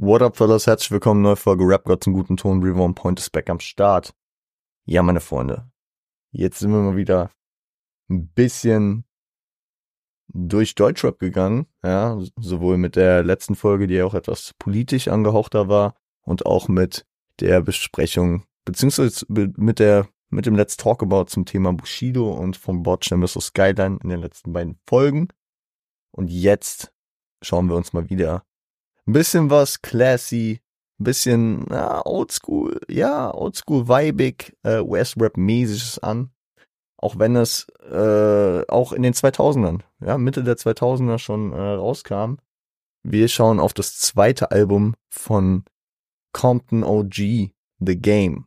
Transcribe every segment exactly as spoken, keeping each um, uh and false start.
What up, fellas? Herzlich willkommen, neue Folge Rap Gott zum guten Ton. Reborn Point ist back am Start. Ja, meine Freunde, jetzt sind wir mal wieder ein bisschen durch Deutschrap gegangen, ja, sowohl mit der letzten Folge, die ja auch etwas politisch angehauchter war, und auch mit der Besprechung, beziehungsweise mit der mit dem Let's Talk About zum Thema Bushido und vom Bordstein bis Skyline in den letzten beiden Folgen. Und jetzt schauen wir uns mal wieder ein bisschen was classy, ein bisschen na, oldschool, ja, oldschool-vibig, äh, U S-Rap-mäßiges an. Auch wenn es äh, auch in den zweitausendern, ja, Mitte der zweitausender schon äh, rauskam. Wir schauen auf das zweite Album von Compton O G, The Game.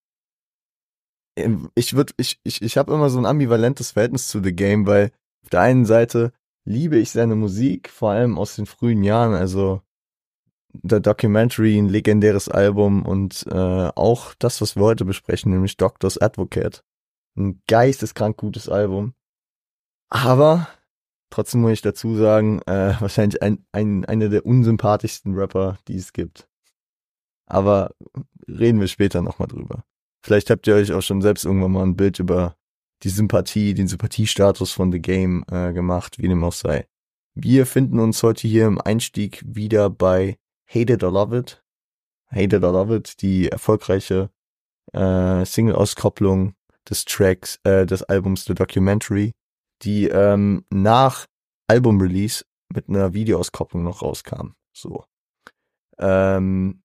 Ich würde, ich, ich, ich habe immer so ein ambivalentes Verhältnis zu The Game, weil auf der einen Seite liebe ich seine Musik, vor allem aus den frühen Jahren, also The Documentary, ein legendäres Album, und äh, auch das, was wir heute besprechen, nämlich Doctor's Advocate. Ein geisteskrank gutes Album. Aber trotzdem muss ich dazu sagen, äh, wahrscheinlich ein, ein, einer der unsympathischsten Rapper, die es gibt. Aber reden wir später nochmal drüber. Vielleicht habt ihr euch auch schon selbst irgendwann mal ein Bild über die Sympathie, den Sympathiestatus von The Game äh, gemacht, wie dem auch sei. Wir finden uns heute hier im Einstieg wieder bei Hate It or Love It. Hate It or Love It, die erfolgreiche äh, Single-Auskopplung des Tracks, äh, des Albums The Documentary, die ähm, nach Album-Release mit einer Videoauskopplung noch rauskam. So. Ähm,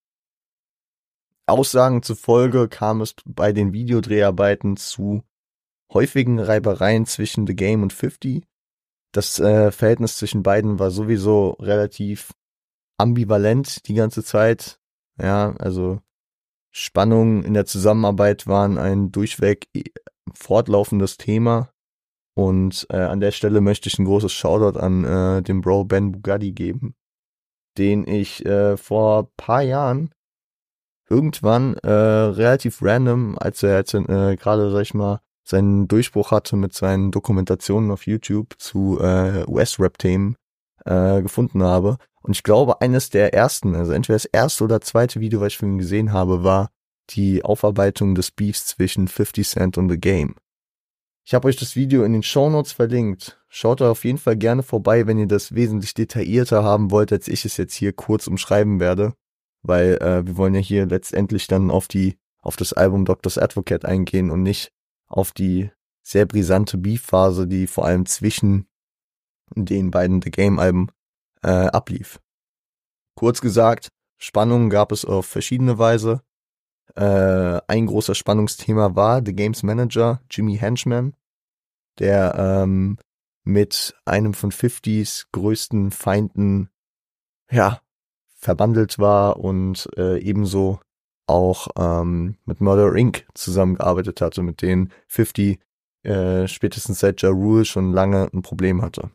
Aussagen zufolge kam es bei den Videodreharbeiten zu häufigen Reibereien zwischen The Game und fifty. Das äh, Verhältnis zwischen beiden war sowieso relativ ambivalent die ganze Zeit. Ja, also Spannungen in der Zusammenarbeit waren ein durchweg fortlaufendes Thema. Und äh, an der Stelle möchte ich ein großes Shoutout an äh, den Bro Ben Bugatti geben, den ich äh, vor paar Jahren irgendwann äh, relativ random, als er jetzt äh, gerade, sag ich mal, seinen Durchbruch hatte mit seinen Dokumentationen auf YouTube zu äh, U S-Rap-Themen äh, gefunden habe. Und ich glaube, eines der ersten, also entweder das erste oder zweite Video, was ich von ihm gesehen habe, war die Aufarbeitung des Beefs zwischen fifty Cent und The Game. Ich habe euch das Video in den Shownotes verlinkt. Schaut da auf jeden Fall gerne vorbei, wenn ihr das wesentlich detaillierter haben wollt, als ich es jetzt hier kurz umschreiben werde. Weil äh, wir wollen ja hier letztendlich dann auf die auf das Album Doctor's Advocate eingehen und nicht auf die sehr brisante Beef-Phase, die vor allem zwischen den beiden The Game-Alben äh, ablief. Kurz gesagt, Spannungen gab es auf verschiedene Weise. Äh, ein großer Spannungsthema war The Games Manager, Jimmy Henchman, der ähm, mit einem von fiftys größten Feinden, ja, verbandelt war und äh, ebenso auch ähm, mit Murder Incorporated zusammengearbeitet hatte, mit denen fifty äh, spätestens seit Ja Rule schon lange ein Problem hatte.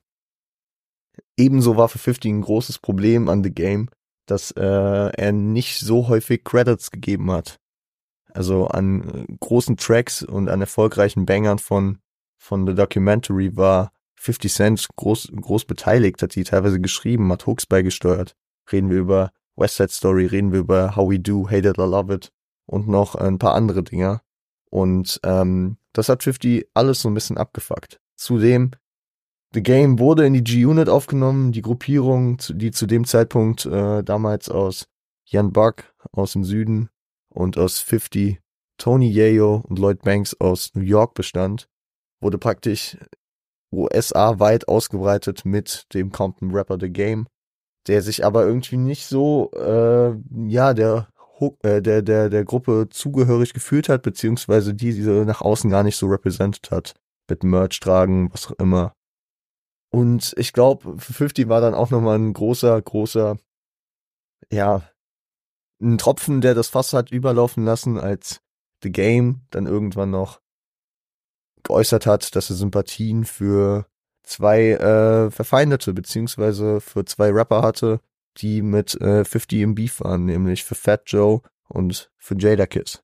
Ebenso war für fifty ein großes Problem an The Game, dass äh, er nicht so häufig Credits gegeben hat. Also an äh, großen Tracks und an erfolgreichen Bangern von von The Documentary war fifty Cent groß groß beteiligt, hat die teilweise geschrieben, hat Hooks beigesteuert. Reden wir über West Side Story, reden wir über How We Do, Hate It or Love It und noch ein paar andere Dinger. Und ähm, das hat fifty alles so ein bisschen abgefuckt. Zudem, The Game wurde in die G-Unit aufgenommen, die Gruppierung, die zu dem Zeitpunkt äh, damals aus Young Buck aus dem Süden und aus fifty, Tony Yayo und Lloyd Banks aus New York bestand, wurde praktisch U S A-weit ausgebreitet mit dem Compton-Rapper The Game, der sich aber irgendwie nicht so, äh, ja, der, äh, der, der, der Gruppe zugehörig gefühlt hat, beziehungsweise die, die nach außen gar nicht so represented hat, mit Merch tragen, was auch immer. Und ich glaube, für fifty war dann auch nochmal ein großer, großer, ja, ein Tropfen, der das Fass hat überlaufen lassen, als The Game dann irgendwann noch geäußert hat, dass er Sympathien für zwei äh, Verfeindete, beziehungsweise für zwei Rapper hatte, die mit äh, fifty im Beef waren, nämlich für Fat Joe und für Jadakiss.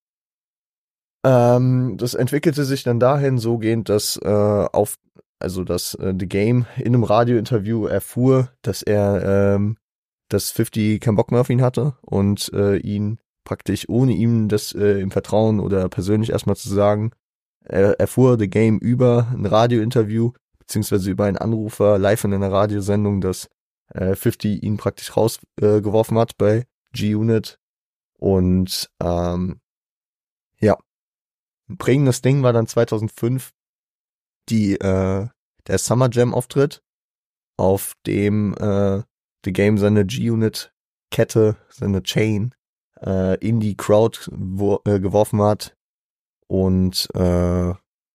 Ähm, das entwickelte sich dann dahin so gehend, dass äh, auf, also dass äh, The Game in einem Radiointerview erfuhr, dass er ähm, dass fifty keinen Bock mehr auf ihn hatte und äh, ihn praktisch ohne ihm das äh, im Vertrauen oder persönlich erstmal zu sagen, er erfuhr The Game über ein Radiointerview beziehungsweise über einen Anrufer live in einer Radiosendung, dass äh, fifty ihn praktisch rausgeworfen äh, hat bei G-Unit. Und ähm, ja, ein prägendes Ding war dann zweitausendfünf die äh, der Summer Jam Auftritt, auf dem äh, The Game seine G-Unit-Kette, seine Chain äh, in die Crowd wo, äh, geworfen hat und äh,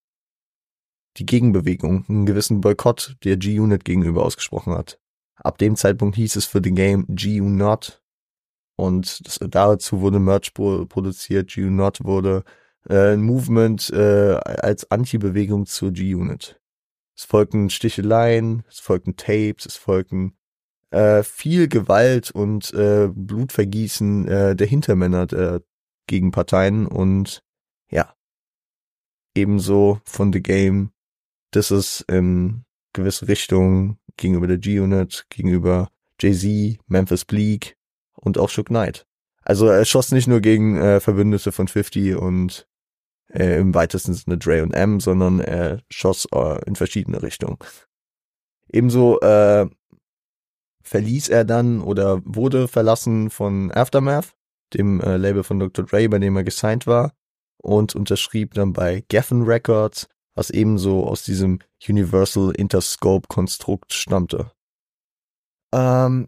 die Gegenbewegung, einen gewissen Boykott der G-Unit gegenüber ausgesprochen hat. Ab dem Zeitpunkt hieß es für The Game G-U-Not und das, dazu wurde Merch pro, produziert. G-U-Not wurde äh, ein Movement äh, als Anti-Bewegung zur G-Unit. Es folgten Sticheleien, es folgten Tapes, es folgten äh, viel Gewalt und äh, Blutvergießen äh, der Hintermänner der Gegenparteien und ja, ebenso von The Game, das ist in gewisse Richtungen gegenüber der G-Unit, gegenüber Jay-Z, Memphis Bleek und auch Suge Knight. Also er schoss nicht nur gegen äh, Verbündete von fifty und äh, im weitesten Sinne Dre und M, sondern er schoss äh, in verschiedene Richtungen. Ebenso äh, verließ er dann oder wurde verlassen von Aftermath, dem äh, Label von Doktor Dre, bei dem er gesigned war, und unterschrieb dann bei Geffen Records, was ebenso aus diesem Universal Interscope Konstrukt stammte. Ähm,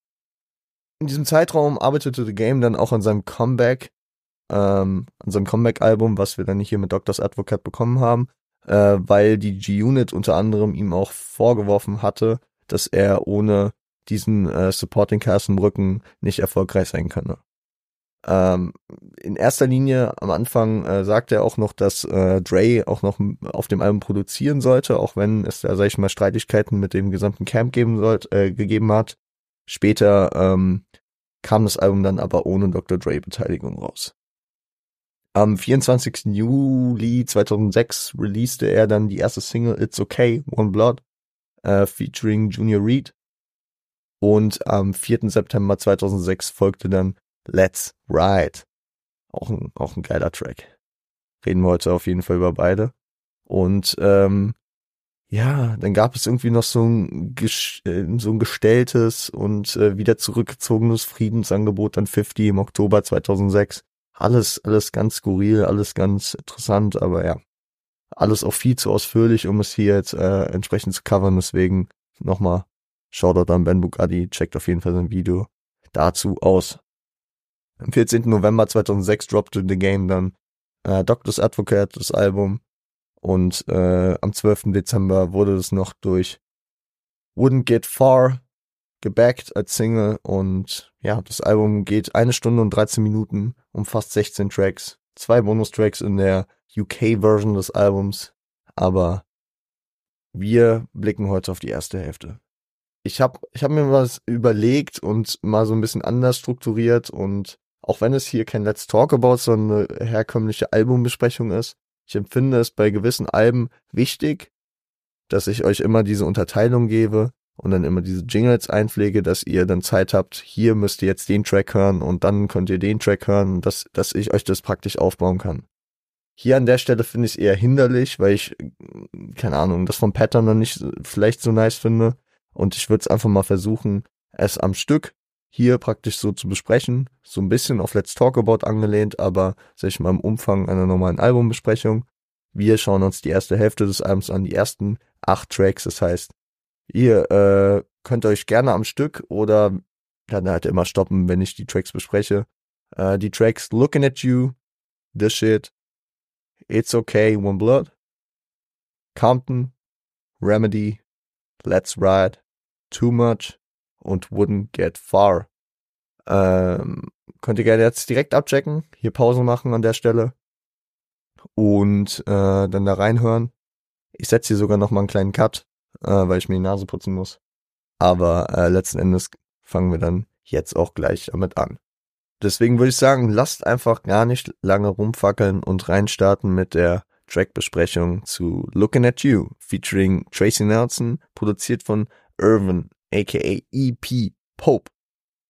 in diesem Zeitraum arbeitete The Game dann auch an seinem Comeback, ähm, an seinem Comeback-Album, was wir dann hier mit Doctor's Advocate bekommen haben, äh, weil die G-Unit unter anderem ihm auch vorgeworfen hatte, dass er ohne diesen äh, Supporting Cast im Rücken nicht erfolgreich sein könne. Ähm, in erster Linie am Anfang äh, sagte er auch noch, dass äh, Dre auch noch auf dem Album produzieren sollte, auch wenn es da, sag ich mal, Streitigkeiten mit dem gesamten Camp geben sollte, äh, gegeben hat. Später ähm, kam das Album dann aber ohne Doktor Dre Beteiligung raus. Am vierundzwanzigsten Juli zweitausendsechs releaste er dann die erste Single It's Okay, One Blood, äh, featuring Junior Reid. Und am vierten September zweitausendsechs folgte dann Let's Ride. Auch ein, auch ein geiler Track. Reden wir heute auf jeden Fall über beide. Und ähm, ja, dann gab es irgendwie noch so ein, so ein gestelltes und äh, wieder zurückgezogenes Friedensangebot an fifty im Oktober zweitausendsechs. Alles, alles ganz skurril, alles ganz interessant, aber ja, alles auch viel zu ausführlich, um es hier jetzt äh, entsprechend zu covern. Deswegen nochmal Shoutout an Ben Bugatti, checkt auf jeden Fall sein Video dazu aus. Am vierzehnten November zweitausendsechs droppte The Game dann äh, Doctor's Advocate, das Album. Und äh, am zwölften Dezember wurde es noch durch Wouldn't Get Far gebackt als Single. Und ja, das Album geht eine Stunde und dreizehn Minuten, umfasst sechzehn Tracks. Zwei Bonustracks in der U K-Version des Albums. Aber wir blicken heute auf die erste Hälfte. Ich habe ich hab mir was überlegt und mal so ein bisschen anders strukturiert, und auch wenn es hier kein Let's Talk About, sondern eine herkömmliche Albumbesprechung ist, ich empfinde es bei gewissen Alben wichtig, dass ich euch immer diese Unterteilung gebe und dann immer diese Jingles einpflege, dass ihr dann Zeit habt, hier müsst ihr jetzt den Track hören und dann könnt ihr den Track hören, dass, dass ich euch das praktisch aufbauen kann. Hier an der Stelle finde ich es eher hinderlich, weil ich, keine Ahnung, das vom Pattern noch nicht vielleicht so nice finde. Und ich würde es einfach mal versuchen, es am Stück hier praktisch so zu besprechen. So ein bisschen auf Let's Talk About angelehnt, aber sag ich mal im Umfang einer normalen Albumbesprechung. Wir schauen uns die erste Hälfte des Albums an, die ersten acht Tracks. Das heißt, ihr äh, könnt euch gerne am Stück oder kann halt immer stoppen, wenn ich die Tracks bespreche. Äh, die Tracks Looking at You, This Shit, It's Okay, One Blood, Compton, Remedy, Let's Ride, Too Much und Wouldn't Get Far. Ähm, könnt ihr gerne jetzt direkt abchecken, hier Pause machen an der Stelle und äh, dann da reinhören. Ich setze hier sogar nochmal einen kleinen Cut, äh, weil ich mir die Nase putzen muss. Aber äh, letzten Endes fangen wir dann jetzt auch gleich damit an. Deswegen würde ich sagen, lasst einfach gar nicht lange rumfackeln und reinstarten mit der Trackbesprechung zu Looking at You, featuring Tracy Nelson, produziert von Irvin, aka E P Pope.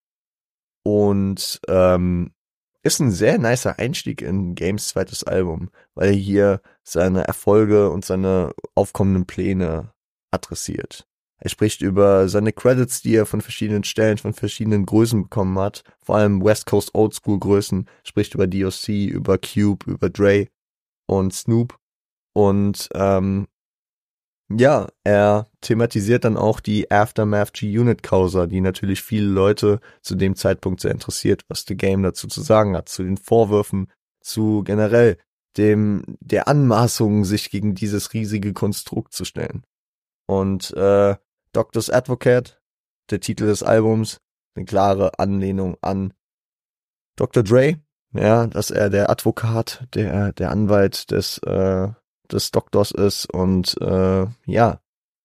Und ähm, ist ein sehr nicer Einstieg in Games zweites Album, weil er hier seine Erfolge und seine aufkommenden Pläne adressiert. Er spricht über seine Credits, die er von verschiedenen Stellen, von verschiedenen Größen bekommen hat, vor allem West Coast Oldschool Größen, spricht über D O C, über Cube, über Dre und Snoop. Und ähm, ja, er thematisiert dann auch die Aftermath G-Unit-Causa, die natürlich viele Leute zu dem Zeitpunkt sehr interessiert, was The Game dazu zu sagen hat, zu den Vorwürfen, zu generell dem der Anmaßung, sich gegen dieses riesige Konstrukt zu stellen. Und äh, Doctor's Advocate, der Titel des Albums, eine klare Anlehnung an Doktor Dre, ja, dass er der Advokat, der der Anwalt des äh, des Doktors ist und äh, ja,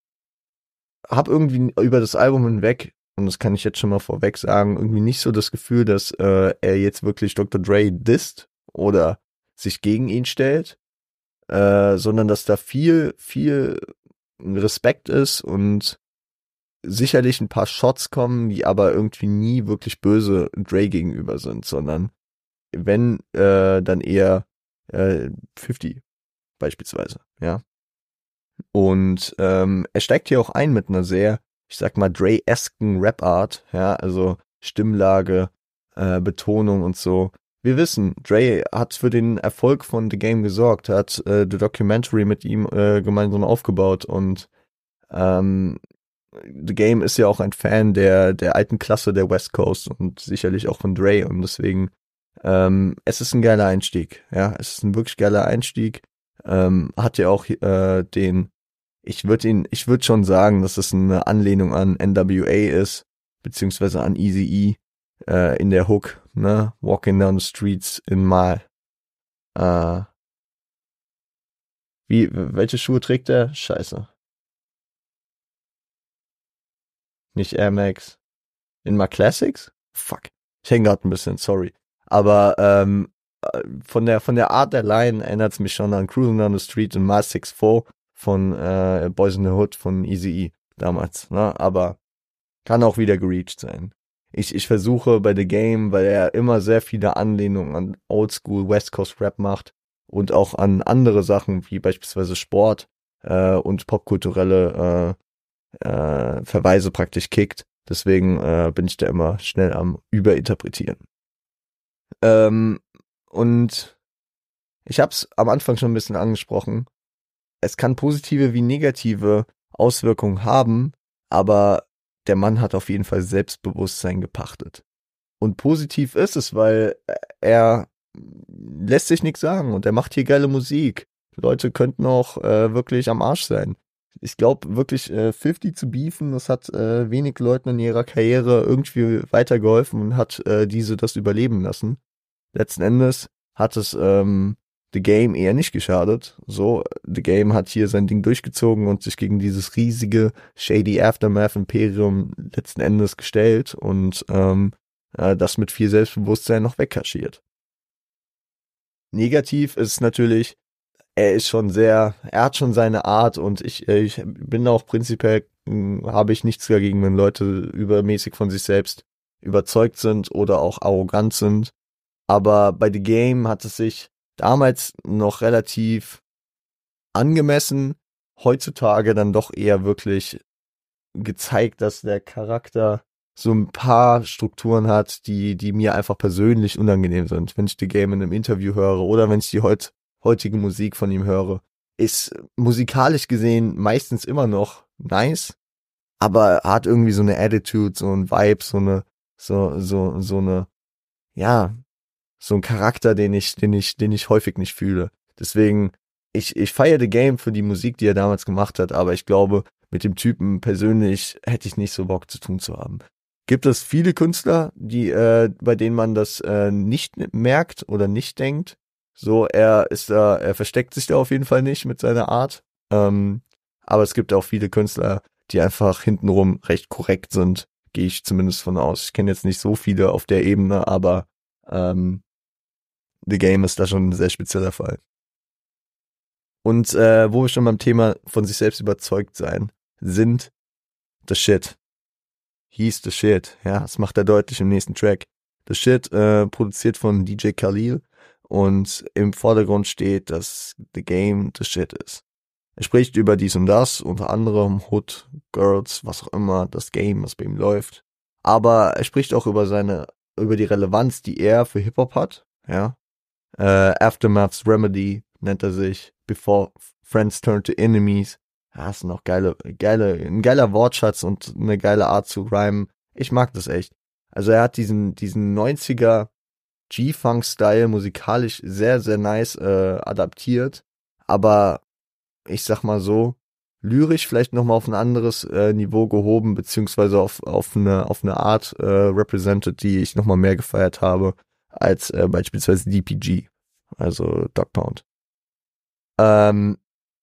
hab irgendwie über das Album hinweg, und das kann ich jetzt schon mal vorweg sagen, irgendwie nicht so das Gefühl, dass äh, er jetzt wirklich Doktor Dre disst oder sich gegen ihn stellt, äh, sondern dass da viel, viel Respekt ist und sicherlich ein paar Shots kommen, die aber irgendwie nie wirklich böse Dre gegenüber sind, sondern wenn, äh, dann eher äh, fünfzig beispielsweise, ja. Und ähm, er steigt hier auch ein mit einer sehr, ich sag mal, Dre-esken Rap-Art, ja, also Stimmlage, äh, Betonung und so. Wir wissen, Dre hat für den Erfolg von The Game gesorgt, hat äh, The Documentary mit ihm äh, gemeinsam aufgebaut und ähm, The Game ist ja auch ein Fan der der alten Klasse der West Coast und sicherlich auch von Dre und deswegen ähm, es ist ein geiler Einstieg, ja, es ist ein wirklich geiler Einstieg. Ähm, hat ja auch äh, den, ich würde ihn, ich würde schon sagen, dass es eine Anlehnung an N W A ist, beziehungsweise an Eazy-E äh, in der Hook, ne, Walking down the streets in my, äh, wie, welche Schuhe trägt er? Scheiße. Nicht Air Max. In my Classics? Fuck. Ich hänge gerade ein bisschen, sorry. Aber ähm, äh, von der von der Art der Line erinnert es mich schon an Cruising Down the Street in My six four von äh, Boys in the Hood von Eazy-E damals. Ne? Aber kann auch wieder gereached sein. Ich, ich versuche bei The Game, weil er immer sehr viele Anlehnungen an Oldschool West Coast Rap macht und auch an andere Sachen wie beispielsweise Sport äh, und popkulturelle äh, äh, Verweise praktisch kickt. Deswegen äh, bin ich da immer schnell am Überinterpretieren. Ähm, und ich habe es am Anfang schon ein bisschen angesprochen. Es kann positive wie negative Auswirkungen haben, aber der Mann hat auf jeden Fall Selbstbewusstsein gepachtet. Und positiv ist es, weil er lässt sich nichts sagen und er macht hier geile Musik. Leute könnten auch äh, wirklich am Arsch sein. Ich glaube wirklich, äh, fünfzig zu beefen, das hat äh, wenig Leuten in ihrer Karriere irgendwie weitergeholfen und hat äh, diese das überleben lassen. Letzten Endes hat es ähm, The Game eher nicht geschadet. So, The Game hat hier sein Ding durchgezogen und sich gegen dieses riesige Shady Aftermath Imperium letzten Endes gestellt und ähm, äh, das mit viel Selbstbewusstsein noch wegkaschiert. Negativ ist natürlich, er ist schon sehr, er hat schon seine Art und ich, ich bin auch prinzipiell, mh, habe ich nichts dagegen, wenn Leute übermäßig von sich selbst überzeugt sind oder auch arrogant sind. Aber bei The Game hat es sich damals noch relativ angemessen, heutzutage dann doch eher wirklich gezeigt, dass der Charakter so ein paar Strukturen hat, die die mir einfach persönlich unangenehm sind. Wenn ich The Game in einem Interview höre oder wenn ich die heut, heutige Musik von ihm höre, ist musikalisch gesehen meistens immer noch nice, aber hat irgendwie so eine Attitude, so ein Vibe, so eine, so, so, so eine, ja, so ein Charakter, den ich, den ich, den ich häufig nicht fühle. Deswegen, ich, ich feiere The Game für die Musik, die er damals gemacht hat, aber ich glaube, mit dem Typen persönlich hätte ich nicht so Bock zu tun zu haben. Gibt es viele Künstler, die, äh, bei denen man das äh, nicht merkt oder nicht denkt? So, er ist da, er versteckt sich da auf jeden Fall nicht mit seiner Art. Ähm, aber es gibt auch viele Künstler, die einfach hintenrum recht korrekt sind, gehe ich zumindest von aus. Ich kenne jetzt nicht so viele auf der Ebene, aber ähm, The Game ist da schon ein sehr spezieller Fall. Und äh, wo wir schon beim Thema von sich selbst überzeugt sein sind, the shit. He's the shit. Ja, das macht er deutlich im nächsten Track. The Shit, äh, produziert von D J Khalil und im Vordergrund steht, dass The Game The Shit ist. Er spricht über dies und das, unter anderem Hood, Girls, was auch immer, das Game, was bei ihm läuft. Aber er spricht auch über seine, über die Relevanz, die er für Hip-Hop hat, ja. Äh, Aftermath's Remedy nennt er sich, Before Friends Turn to Enemies. Ja, das sind auch geile, geile, ein geiler Wortschatz und eine geile Art zu rhymen. Ich mag das echt. Also er hat diesen, diesen neunziger G-Funk-Style musikalisch sehr, sehr nice äh, adaptiert. Aber ich sag mal so, lyrisch vielleicht nochmal auf ein anderes äh, Niveau gehoben, beziehungsweise auf, auf eine, auf eine Art äh, represented, die ich nochmal mehr gefeiert habe, als äh, beispielsweise D P G, also Dog Pound. Ähm,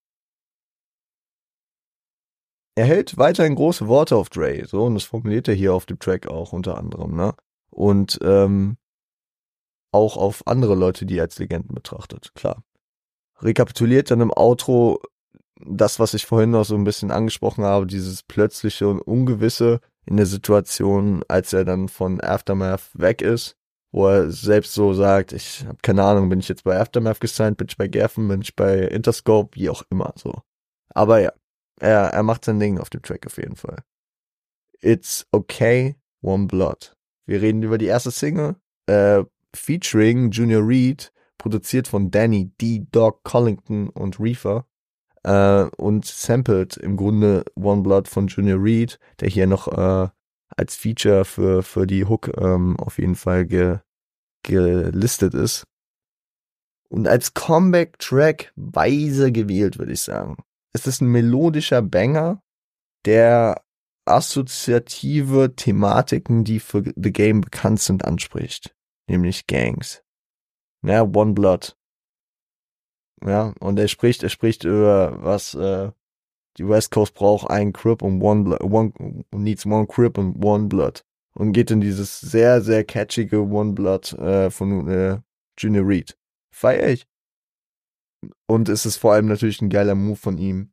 er hält weiterhin große Worte auf Dre, so, und das formuliert er hier auf dem Track auch unter anderem, ne? Und ähm, auch auf andere Leute, die er als Legenden betrachtet, klar. Rekapituliert dann im Outro das, was ich vorhin noch so ein bisschen angesprochen habe, dieses plötzliche und Ungewisse in der Situation, als er dann von Aftermath weg ist, wo er selbst so sagt, ich habe keine Ahnung, bin ich jetzt bei Aftermath gesigned, bin ich bei Geffen, bin ich bei Interscope, wie auch immer, so. Aber ja, er, er macht sein Ding auf dem Track auf jeden Fall. It's Okay, One Blood. Wir reden über die erste Single, äh, featuring Junior Reid, produziert von Danny D. Dog Collington und Reefer. Äh, und sampled im Grunde One Blood von Junior Reid, der hier noch äh, als Feature für für die Hook ähm, auf jeden Fall ge, gelistet ist. Und als Comeback-Track weise gewählt, würde ich sagen. Es ist ein melodischer Banger, der assoziative Thematiken, die für The Game bekannt sind, anspricht. Nämlich Gangs. Ja, One Blood. Ja, und er spricht, er spricht über was äh, die West Coast braucht, einen Crip und one blood, one needs one Crip and one Blood, und geht in dieses sehr sehr catchige One Blood äh, von äh, Junior Reid. Feier ich. Und es ist vor allem natürlich ein geiler Move von ihm,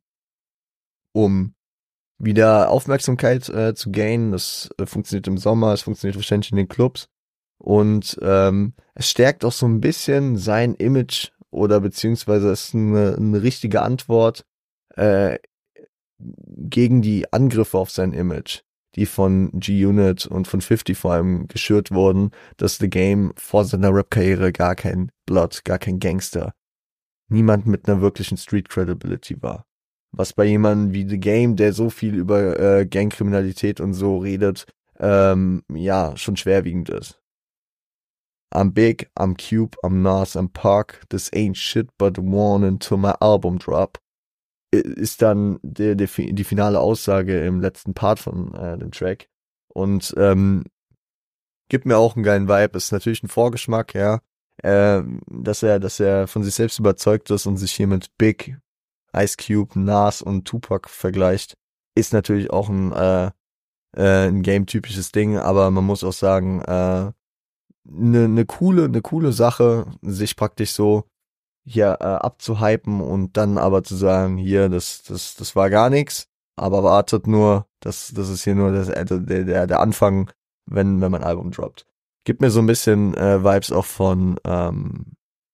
um wieder Aufmerksamkeit äh, zu gainen. Das äh, funktioniert im Sommer, es funktioniert wahrscheinlich in den Clubs und ähm, es stärkt auch so ein bisschen sein Image, oder beziehungsweise es ist eine, eine richtige Antwort äh, gegen die Angriffe auf sein Image, die von G-Unit und von fifty vor allem geschürt wurden, dass The Game vor seiner Rap-Karriere gar kein Blood, gar kein Gangster, niemand mit einer wirklichen Street-Credibility war. Was bei jemandem wie The Game, der so viel über äh, Gangkriminalität und so redet, ähm, ja, schon schwerwiegend ist. I'm big, I'm Cube, I'm Nas, I'm Park, this ain't shit but a warning to my album drop. Ist dann der, der, die finale Aussage im letzten Part von äh, dem Track. Und ähm, gibt mir auch einen geilen Vibe. Ist natürlich ein Vorgeschmack, ja. Äh, dass er, dass er von sich selbst überzeugt ist und sich hier mit Big, Ice Cube, Nas und Tupac vergleicht, ist natürlich auch ein, äh, äh, ein Game-typisches Ding, aber man muss auch sagen, äh, eine ne coole, eine coole Sache, sich praktisch so hier äh, abzuhypen und dann aber zu sagen, hier, das, das, das war gar nichts, aber wartet nur, das, das ist hier nur das, der, der, der Anfang, wenn, wenn mein Album droppt. Gibt mir so ein bisschen äh, Vibes auch von, ähm,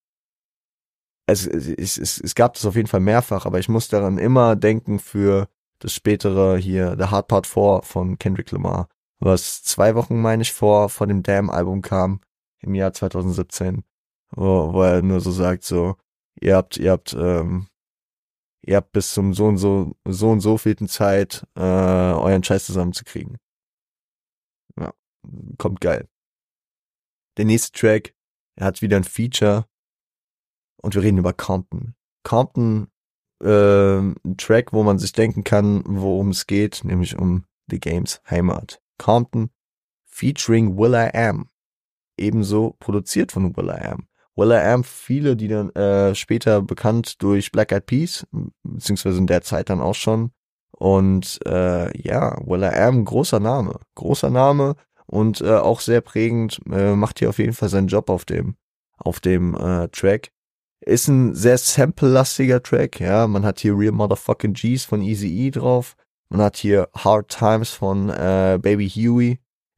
es, es, es, es gab das auf jeden Fall mehrfach, aber ich muss daran immer denken für das spätere hier, The Hard Part vier von Kendrick Lamar, was zwei Wochen, meine ich, vor, vor dem Damn-Album kam, im Jahr zwanzig siebzehn, wo, wo er nur so sagt, so, ihr habt, ihr habt, ähm, ihr habt bis zum so und so, so und so vielten Zeit, äh, euren Scheiß zusammenzukriegen. Ja, kommt geil. Der nächste Track, er hat wieder ein Feature und wir reden über Compton. Compton, äh, ein Track, wo man sich denken kann, worum es geht, nämlich um The Games Heimat. Compton featuring will.i.am. Ebenso produziert von will.i.am. will.i.am, viele, die dann äh, später bekannt durch Black Eyed Peas, beziehungsweise in der Zeit dann auch schon. Und äh, ja, will.i.am, großer Name, großer Name und äh, auch sehr prägend, äh, macht hier auf jeden Fall seinen Job auf dem auf dem äh, Track. Ist ein sehr sample-lastiger Track, ja, man hat hier Real Motherfucking G's von Eazy-E drauf, man hat hier Hard Times von äh, Baby Huey,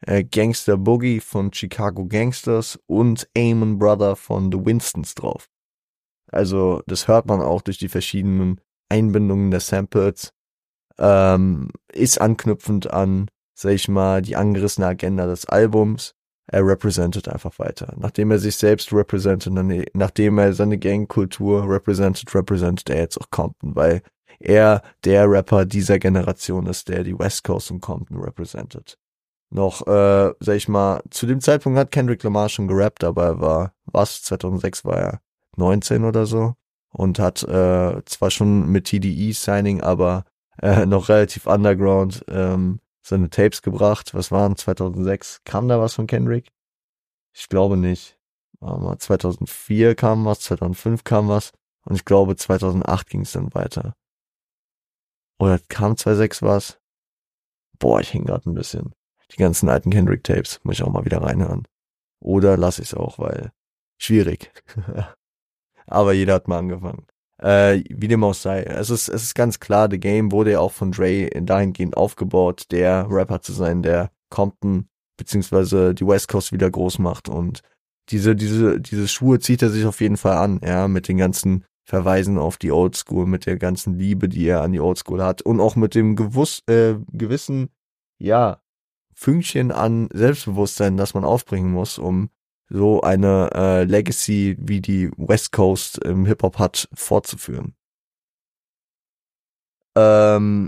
äh, Gangster Boogie von Chicago Gangsters und Amen Brother von The Winstons drauf. Also das hört man auch durch die verschiedenen Einbindungen der Samples. Ähm, ist anknüpfend an, sag ich mal, die angerissene Agenda des Albums. Er representet einfach weiter. Nachdem er sich selbst representet, nachdem er seine Gangkultur representet, representet er jetzt auch Compton, weil er der Rapper dieser Generation ist, der die West Coast und Compton representet. Noch, äh, sag ich mal, zu dem Zeitpunkt hat Kendrick Lamar schon gerappt, aber er war, was, zweitausendsechs war er neunzehn oder so und hat äh, zwar schon mit T D E Signing, aber äh, noch relativ underground ähm, seine Tapes gebracht. Was waren zweitausendsechs? Kam da was von Kendrick? Ich glaube nicht. Aber zweitausendvier kam was, zweitausendfünf kam was und ich glaube zweitausendacht ging es dann weiter. Oder kam zweitausendsechs was? Boah, ich häng gerade ein bisschen. Die ganzen alten Kendrick-Tapes muss ich auch mal wieder reinhören. Oder lasse ich es auch, weil schwierig. Aber jeder hat mal angefangen. Äh, wie dem auch sei. Es ist, es ist ganz klar, The Game wurde ja auch von Dre dahingehend aufgebaut, der Rapper zu sein, der Compton beziehungsweise die West Coast wieder groß macht. Und diese, diese, diese Schuhe zieht er sich auf jeden Fall an, ja, mit den ganzen Verweisen auf die Old School, mit der ganzen Liebe, die er an die Old School hat und auch mit dem gewuss, äh, gewissen, ja, Fünkchen an Selbstbewusstsein, das man aufbringen muss, um so eine äh, Legacy, wie die West Coast im Hip-Hop hat, fortzuführen. Ähm,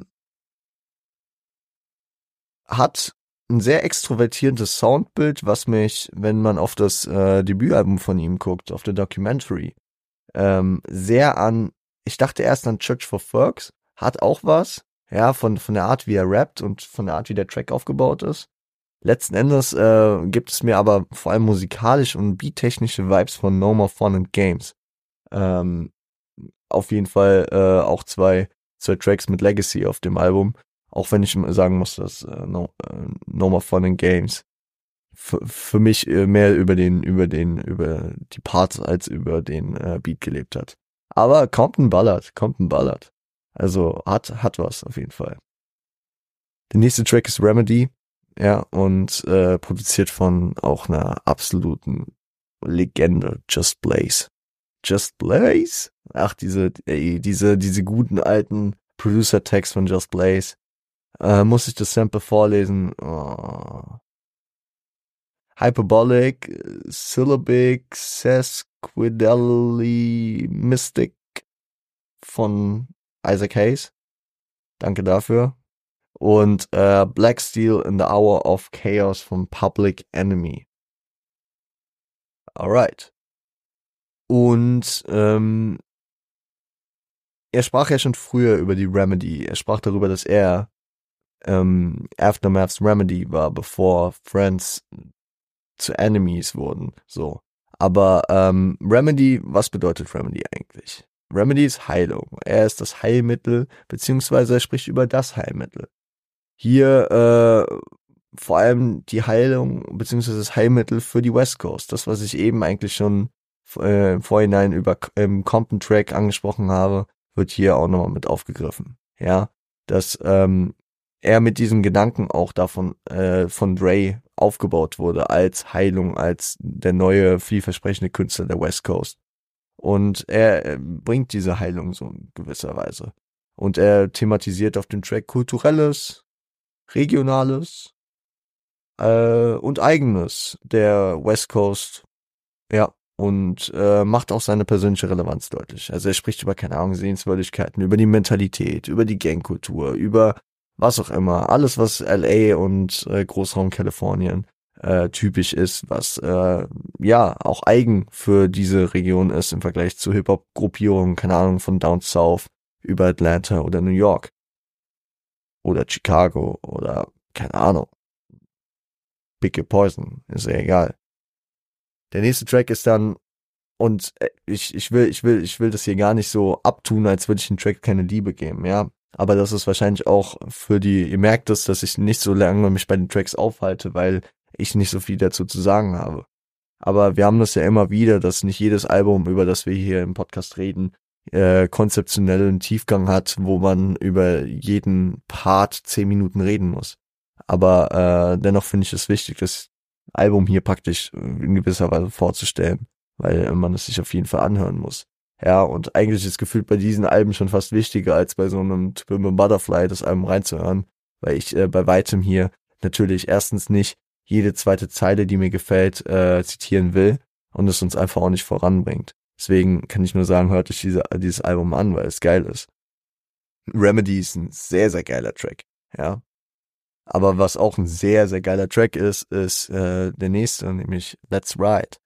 hat ein sehr extrovertiertes Soundbild, was mich, wenn man auf das äh, Debütalbum von ihm guckt, auf der Documentary, ähm, sehr an, ich dachte erst an Church for Folks, hat auch was, ja, von, von der Art, wie er rappt und von der Art, wie der Track aufgebaut ist. Letzten Endes äh, gibt es mir aber vor allem musikalisch und beattechnische Vibes von No More Fun and Games. Ähm, auf jeden Fall äh, auch zwei, zwei Tracks mit Legacy auf dem Album. Auch wenn ich sagen muss, dass äh, no, äh, No More Fun and Games für, für mich äh, mehr über den, über den, über die Parts als über den äh, Beat gelebt hat. Aber Compton ballert, Compton ballert. Also hat, hat was auf jeden Fall. Der nächste Track ist Remedy. Ja, und äh, produziert von auch einer absoluten Legende, Just Blaze. Just Blaze? Ach, diese, ey, diese, diese guten alten Producer-Tags von Just Blaze. Äh, muss ich das Sample vorlesen? Oh. Hyperbolic, Syllabic, Sesquidally Mystic von Isaac Hayes. Danke dafür. Und äh, Black Steel in the Hour of Chaos von Public Enemy. Alright. Und ähm, er sprach ja schon früher über die Remedy. Er sprach darüber, dass er ähm, Aftermath's Remedy war, bevor Friends zu Enemies wurden. So. Aber ähm, Remedy, was bedeutet Remedy eigentlich? Remedy ist Heilung. Er ist das Heilmittel, beziehungsweise er spricht über das Heilmittel. Hier äh, vor allem die Heilung beziehungsweise das Heilmittel für die West Coast. Das, was ich eben eigentlich schon äh, im Vorhinein über im Compton Track angesprochen habe, wird hier auch nochmal mit aufgegriffen. Ja, dass ähm, er mit diesem Gedanken auch davon äh, von Dre aufgebaut wurde als Heilung, als der neue vielversprechende Künstler der West Coast. Und er äh, bringt diese Heilung so in gewisser Weise. Und er thematisiert auf dem Track Kulturelles, Regionales äh, und Eigenes der West Coast, ja, und äh, macht auch seine persönliche Relevanz deutlich. Also er spricht über, keine Ahnung, Sehenswürdigkeiten, über die Mentalität, über die Gangkultur, über was auch immer, alles, was L A und äh, Großraum Kalifornien äh, typisch ist, was äh, ja auch eigen für diese Region ist im Vergleich zu Hip-Hop-Gruppierungen, keine Ahnung, von Down South über Atlanta oder New York. Oder Chicago oder, keine Ahnung, Pick Your Poison, ist ja egal. Der nächste Track ist dann, und ich, ich will, ich will, ich will das hier gar nicht so abtun, als würde ich dem Track keine Liebe geben, ja. Aber das ist wahrscheinlich auch für die, ihr merkt es, dass ich nicht so lange mich bei den Tracks aufhalte, weil ich nicht so viel dazu zu sagen habe. Aber wir haben das ja immer wieder, dass nicht jedes Album, über das wir hier im Podcast reden, äh, konzeptionellen Tiefgang hat, wo man über jeden Part zehn Minuten reden muss. Aber äh, dennoch finde ich es wichtig, das Album hier praktisch in gewisser Weise vorzustellen, weil man es sich auf jeden Fall anhören muss. Ja, und eigentlich ist gefühlt bei diesen Alben schon fast wichtiger, als bei so einem To Pimp a Butterfly das Album reinzuhören, weil ich äh, bei weitem hier natürlich erstens nicht jede zweite Zeile, die mir gefällt, äh, zitieren will und es uns einfach auch nicht voranbringt. Deswegen kann ich nur sagen, hört euch diese, dieses Album an, weil es geil ist. Remedy ist ein sehr, sehr geiler Track, ja. Aber was auch ein sehr, sehr geiler Track ist, ist äh, der nächste, nämlich Let's Ride.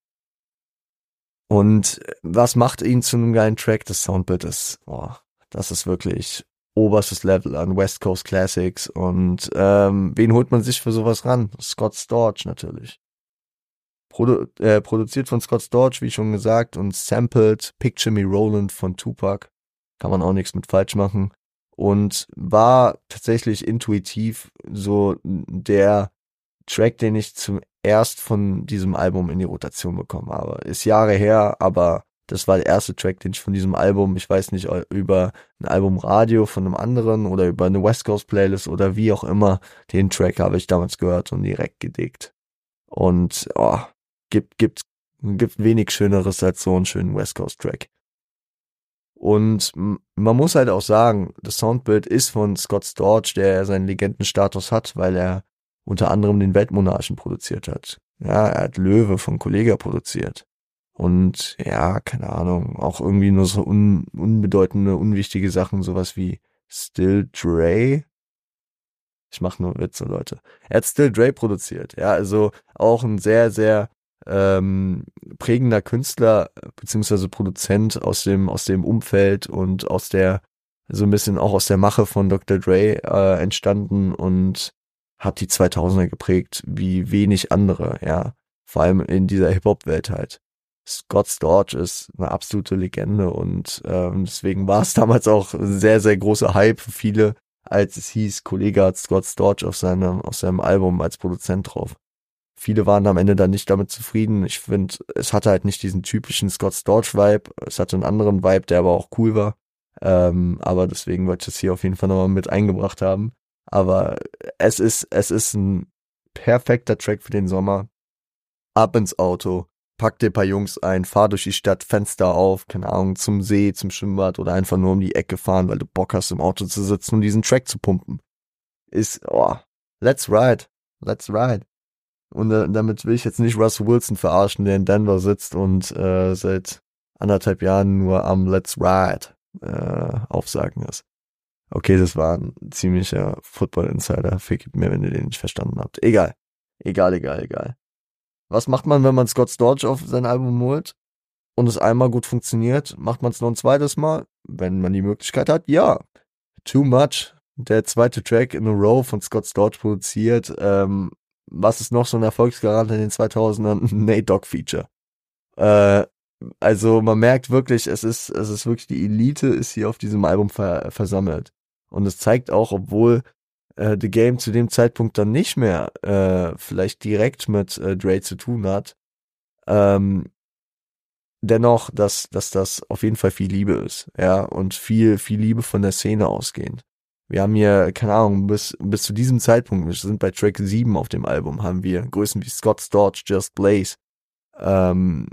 Und was macht ihn zu einem geilen Track? Das Soundbild ist, boah, das ist wirklich oberstes Level an West Coast Classics. Und ähm, wen holt man sich für sowas ran? Scott Storch natürlich. Produ äh, produziert von Scott Storch, wie schon gesagt, und sampled Picture Me Rollin' von Tupac. Kann man auch nichts mit falsch machen. Und war tatsächlich intuitiv so der Track, den ich zum erst von diesem Album in die Rotation bekommen habe. Ist Jahre her, aber das war der erste Track, den ich von diesem Album, ich weiß nicht, über ein Albumradio von einem anderen oder über eine West Coast Playlist oder wie auch immer, den Track habe ich damals gehört und direkt gedickt. Und oh, gibt, gibt, gibt wenig Schöneres als so einen schönen West Coast Track. Und man muss halt auch sagen, das Soundbild ist von Scott Storch, der seinen Legendenstatus hat, weil er unter anderem den Weltmonarchen produziert hat. Ja, er hat Löwe von Kollega produziert. Und ja, keine Ahnung, auch irgendwie nur so un, unbedeutende, unwichtige Sachen, sowas wie Still Dre. Ich mache nur Witze, Leute. Er hat Still Dre produziert. Ja, also auch ein sehr, sehr ähm, prägender Künstler beziehungsweise Produzent aus dem aus dem Umfeld und aus der so ein bisschen auch aus der Mache von Doktor Dre äh, entstanden und hat die zweitausender geprägt wie wenig andere, ja, vor allem in dieser Hip-Hop-Welt halt. Scott Storch ist eine absolute Legende und ähm, deswegen war es damals auch ein sehr, sehr großer Hype für viele, als es hieß, Kollege hat Scott Storch auf seinem, auf seinem Album als Produzent drauf. Viele waren am Ende dann nicht damit zufrieden. Ich finde, es hatte halt nicht diesen typischen Scott Storch-Vibe. Es hatte einen anderen Vibe, der aber auch cool war. Ähm, aber deswegen wollte ich das hier auf jeden Fall nochmal mit eingebracht haben. Aber es ist, es ist ein perfekter Track für den Sommer. Ab ins Auto, pack dir ein paar Jungs ein, fahr durch die Stadt, Fenster auf, keine Ahnung, zum See, zum Schwimmbad oder einfach nur um die Ecke fahren, weil du Bock hast, im Auto zu sitzen und diesen Track zu pumpen. Ist, oh, let's ride, let's ride. Und äh, damit will ich jetzt nicht Russell Wilson verarschen, der in Denver sitzt und äh, seit anderthalb Jahren nur am Let's Ride äh, aufsagen ist. Okay, das war ein ziemlicher Football-Insider. Vergib mir, wenn ihr den nicht verstanden habt. Egal. Egal, egal, egal. Was macht man, wenn man Scott Storch auf sein Album holt und es einmal gut funktioniert? Macht man es noch ein zweites Mal? Wenn man die Möglichkeit hat, ja. Too Much, der zweite Track in a row von Scott Storch produziert. Ähm, was ist noch so ein Erfolgsgarant in den zweitausendern? Nate Dogg Feature. Äh, also man merkt wirklich, es ist, es ist wirklich, die Elite ist hier auf diesem Album ver versammelt. Und es zeigt auch, obwohl äh, The Game zu dem Zeitpunkt dann nicht mehr äh, vielleicht direkt mit äh, Dre zu tun hat, ähm, dennoch, dass, dass das auf jeden Fall viel Liebe ist, ja, und viel, viel Liebe von der Szene ausgehend. Wir haben hier, keine Ahnung, bis, bis zu diesem Zeitpunkt, wir sind bei Track sieben auf dem Album, haben wir Größen wie Scott Storch, Just Blaze, ähm,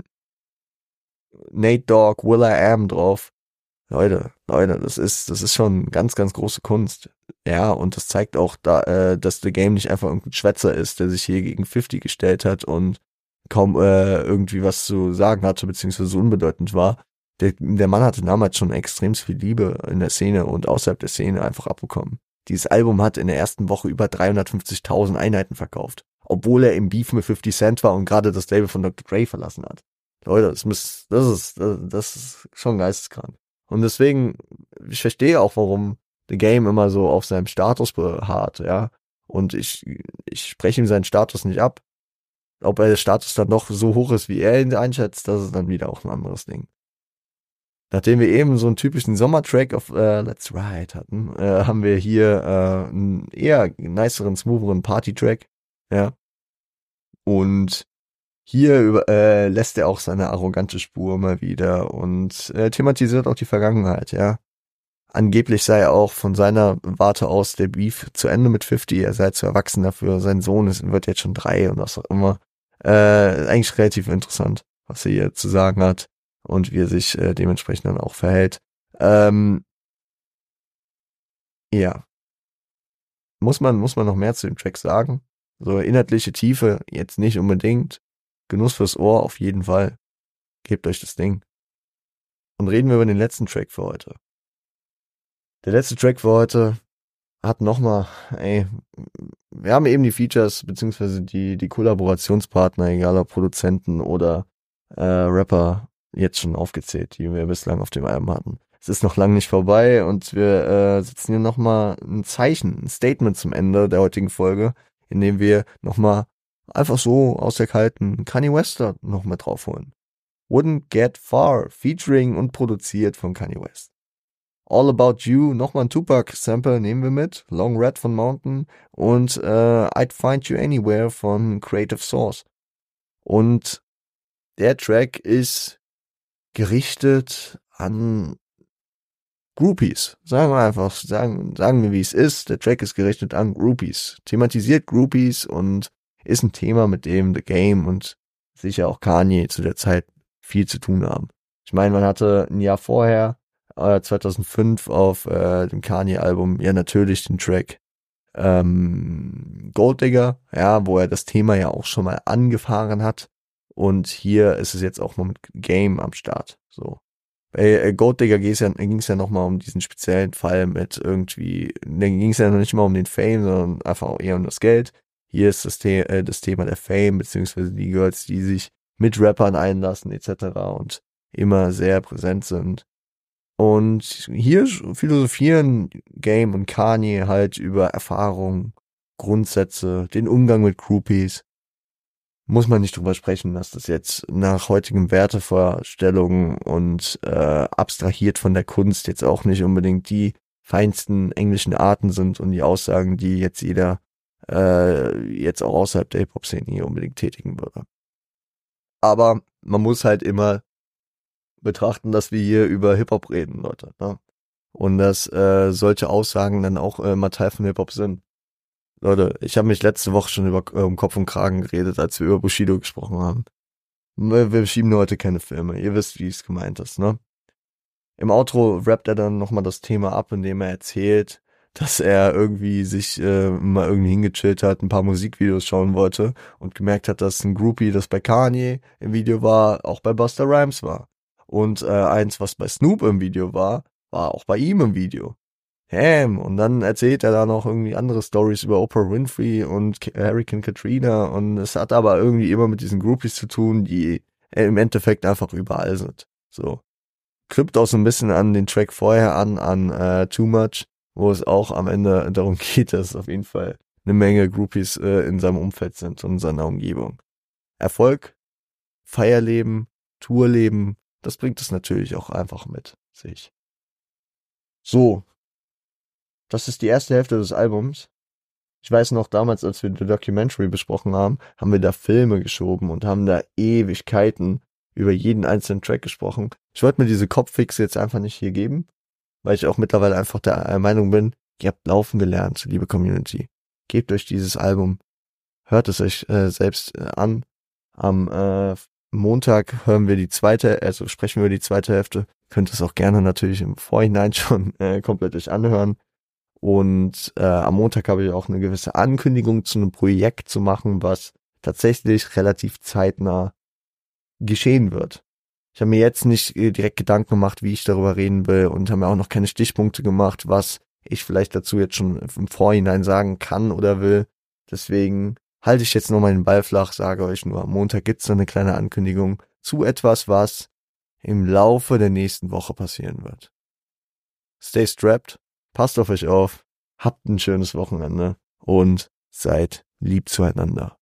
Nate Dogg, Will I Am drauf. Leute, Leute, das ist, das ist schon ganz, ganz große Kunst. Ja, und das zeigt auch, da, äh, dass The Game nicht einfach irgendein Schwätzer ist, der sich hier gegen fünfzig gestellt hat und kaum äh, irgendwie was zu sagen hatte, beziehungsweise so unbedeutend war. Der, der Mann hatte damals schon extrem viel Liebe in der Szene und außerhalb der Szene einfach abbekommen. Dieses Album hat in der ersten Woche über dreihundertfünfzigtausend Einheiten verkauft, obwohl er im Beef mit fifty Cent war und gerade das Label von Doktor Dre verlassen hat. Leute, das, muss, das, ist, das ist schon geisteskrank. Und deswegen, ich verstehe auch, warum The Game immer so auf seinem Status beharrt, ja. Und ich, ich spreche ihm seinen Status nicht ab. Ob der Status dann doch so hoch ist, wie er ihn einschätzt, das ist dann wieder auch ein anderes Ding. Nachdem wir eben so einen typischen Sommertrack auf äh, Let's Ride hatten, äh, haben wir hier äh, einen eher niceren, smootheren Party-Track, ja. Und hier über, äh, lässt er auch seine arrogante Spur mal wieder und äh, thematisiert auch die Vergangenheit, ja. Angeblich sei auch von seiner Warte aus der Beef zu Ende mit fifty. Er sei zu erwachsen dafür. Sein Sohn ist, wird jetzt schon drei und was auch immer. Äh, eigentlich relativ interessant, was er hier zu sagen hat und wie er sich äh, dementsprechend dann auch verhält. Ähm, ja. Muss man, muss man noch mehr zu dem Track sagen? So inhaltliche Tiefe jetzt nicht unbedingt. Genuss fürs Ohr auf jeden Fall. Gebt euch das Ding. Und reden wir über den letzten Track für heute. Der letzte Track für heute hat nochmal, ey, wir haben eben die Features, beziehungsweise die, die Kollaborationspartner, egal ob Produzenten oder äh, Rapper, jetzt schon aufgezählt, die wir bislang auf dem Album hatten. Es ist noch lange nicht vorbei und wir äh, setzen hier nochmal ein Zeichen, ein Statement zum Ende der heutigen Folge, in dem wir nochmal einfach so aus der kalten Kanye West noch mit draufholen. Wouldn't Get Far, featuring und produziert von Kanye West. All About You, nochmal ein Tupac-Sample nehmen wir mit, Long Red von Mountain und äh, I'd Find You Anywhere von Creative Source. Und der Track ist gerichtet an Groupies. Sagen wir einfach, sagen, sagen wir wie es ist. Der Track ist gerichtet an Groupies. Thematisiert Groupies und ist ein Thema, mit dem The Game und sicher auch Kanye zu der Zeit viel zu tun haben. Ich meine, man hatte ein Jahr vorher, äh, zweitausendfünf, auf äh, dem Kanye-Album ja natürlich den Track ähm, Gold Digger, ja, wo er das Thema ja auch schon mal angefahren hat. Und hier ist es jetzt auch mal mit Game am Start. So. Bei Gold Digger ging es ja, ging's ja nochmal um diesen speziellen Fall mit irgendwie, dann ging es ja noch nicht mal um den Fame, sondern einfach auch eher um das Geld. Hier ist das, The äh, das Thema der Fame, beziehungsweise die Girls, die sich mit Rappern einlassen, et cetera und immer sehr präsent sind. Und hier philosophieren Game und Kanye halt über Erfahrungen, Grundsätze, den Umgang mit Groupies. Muss man nicht drüber sprechen, dass das jetzt nach heutigen Wertevorstellungen und äh, abstrahiert von der Kunst jetzt auch nicht unbedingt die feinsten englischen Arten sind und die Aussagen, die jetzt jeder äh, jetzt auch außerhalb der Hip-Hop-Szene hier unbedingt tätigen würde. Aber man muss halt immer betrachten, dass wir hier über Hip-Hop reden, Leute. Ne? Und dass äh, solche Aussagen dann auch äh, mal Teil von Hip-Hop sind. Leute, ich habe mich letzte Woche schon über äh, um Kopf und Kragen geredet, als wir über Bushido gesprochen haben. Wir, wir schieben heute keine Filme. Ihr wisst, wie es gemeint ist, ne? Im Outro rappt er dann nochmal das Thema ab, indem er erzählt, dass er irgendwie sich äh, mal irgendwie hingechillt hat, ein paar Musikvideos schauen wollte und gemerkt hat, dass ein Groupie, das bei Kanye im Video war, auch bei Busta Rhymes war. Und äh, eins, was bei Snoop im Video war, war auch bei ihm im Video. Damn. Und dann erzählt er da noch irgendwie andere Stories über Oprah Winfrey und Hurricane Katrina und es hat aber irgendwie immer mit diesen Groupies zu tun, die im Endeffekt einfach überall sind. So. Knüpft auch so ein bisschen an den Track vorher an, an uh, Too Much, wo es auch am Ende darum geht, dass auf jeden Fall eine Menge Groupies äh, in seinem Umfeld sind und in seiner Umgebung. Erfolg, Feierleben, Tourleben, das bringt es natürlich auch einfach mit sich. So. Das ist die erste Hälfte des Albums. Ich weiß noch, damals, als wir The Documentary besprochen haben, haben wir da Filme geschoben und haben da Ewigkeiten über jeden einzelnen Track gesprochen. Ich wollte mir diese Kopffixe jetzt einfach nicht hier geben, weil ich auch mittlerweile einfach der Meinung bin, ihr habt laufen gelernt, liebe Community. Gebt euch dieses Album, hört es euch äh, selbst äh, an. Am äh, Montag hören wir die zweite, also sprechen wir über die zweite Hälfte. Könnt es auch gerne natürlich im Vorhinein schon äh, komplett euch anhören. Und äh, am Montag habe ich auch eine gewisse Ankündigung zu einem Projekt zu machen, was tatsächlich relativ zeitnah geschehen wird. Ich habe mir jetzt nicht direkt Gedanken gemacht, wie ich darüber reden will und habe mir auch noch keine Stichpunkte gemacht, was ich vielleicht dazu jetzt schon im Vorhinein sagen kann oder will. Deswegen halte ich jetzt noch mal den Ball flach, sage euch nur, am Montag gibt's noch eine kleine Ankündigung zu etwas, was im Laufe der nächsten Woche passieren wird. Stay strapped. Passt auf euch auf, habt ein schönes Wochenende und seid lieb zueinander.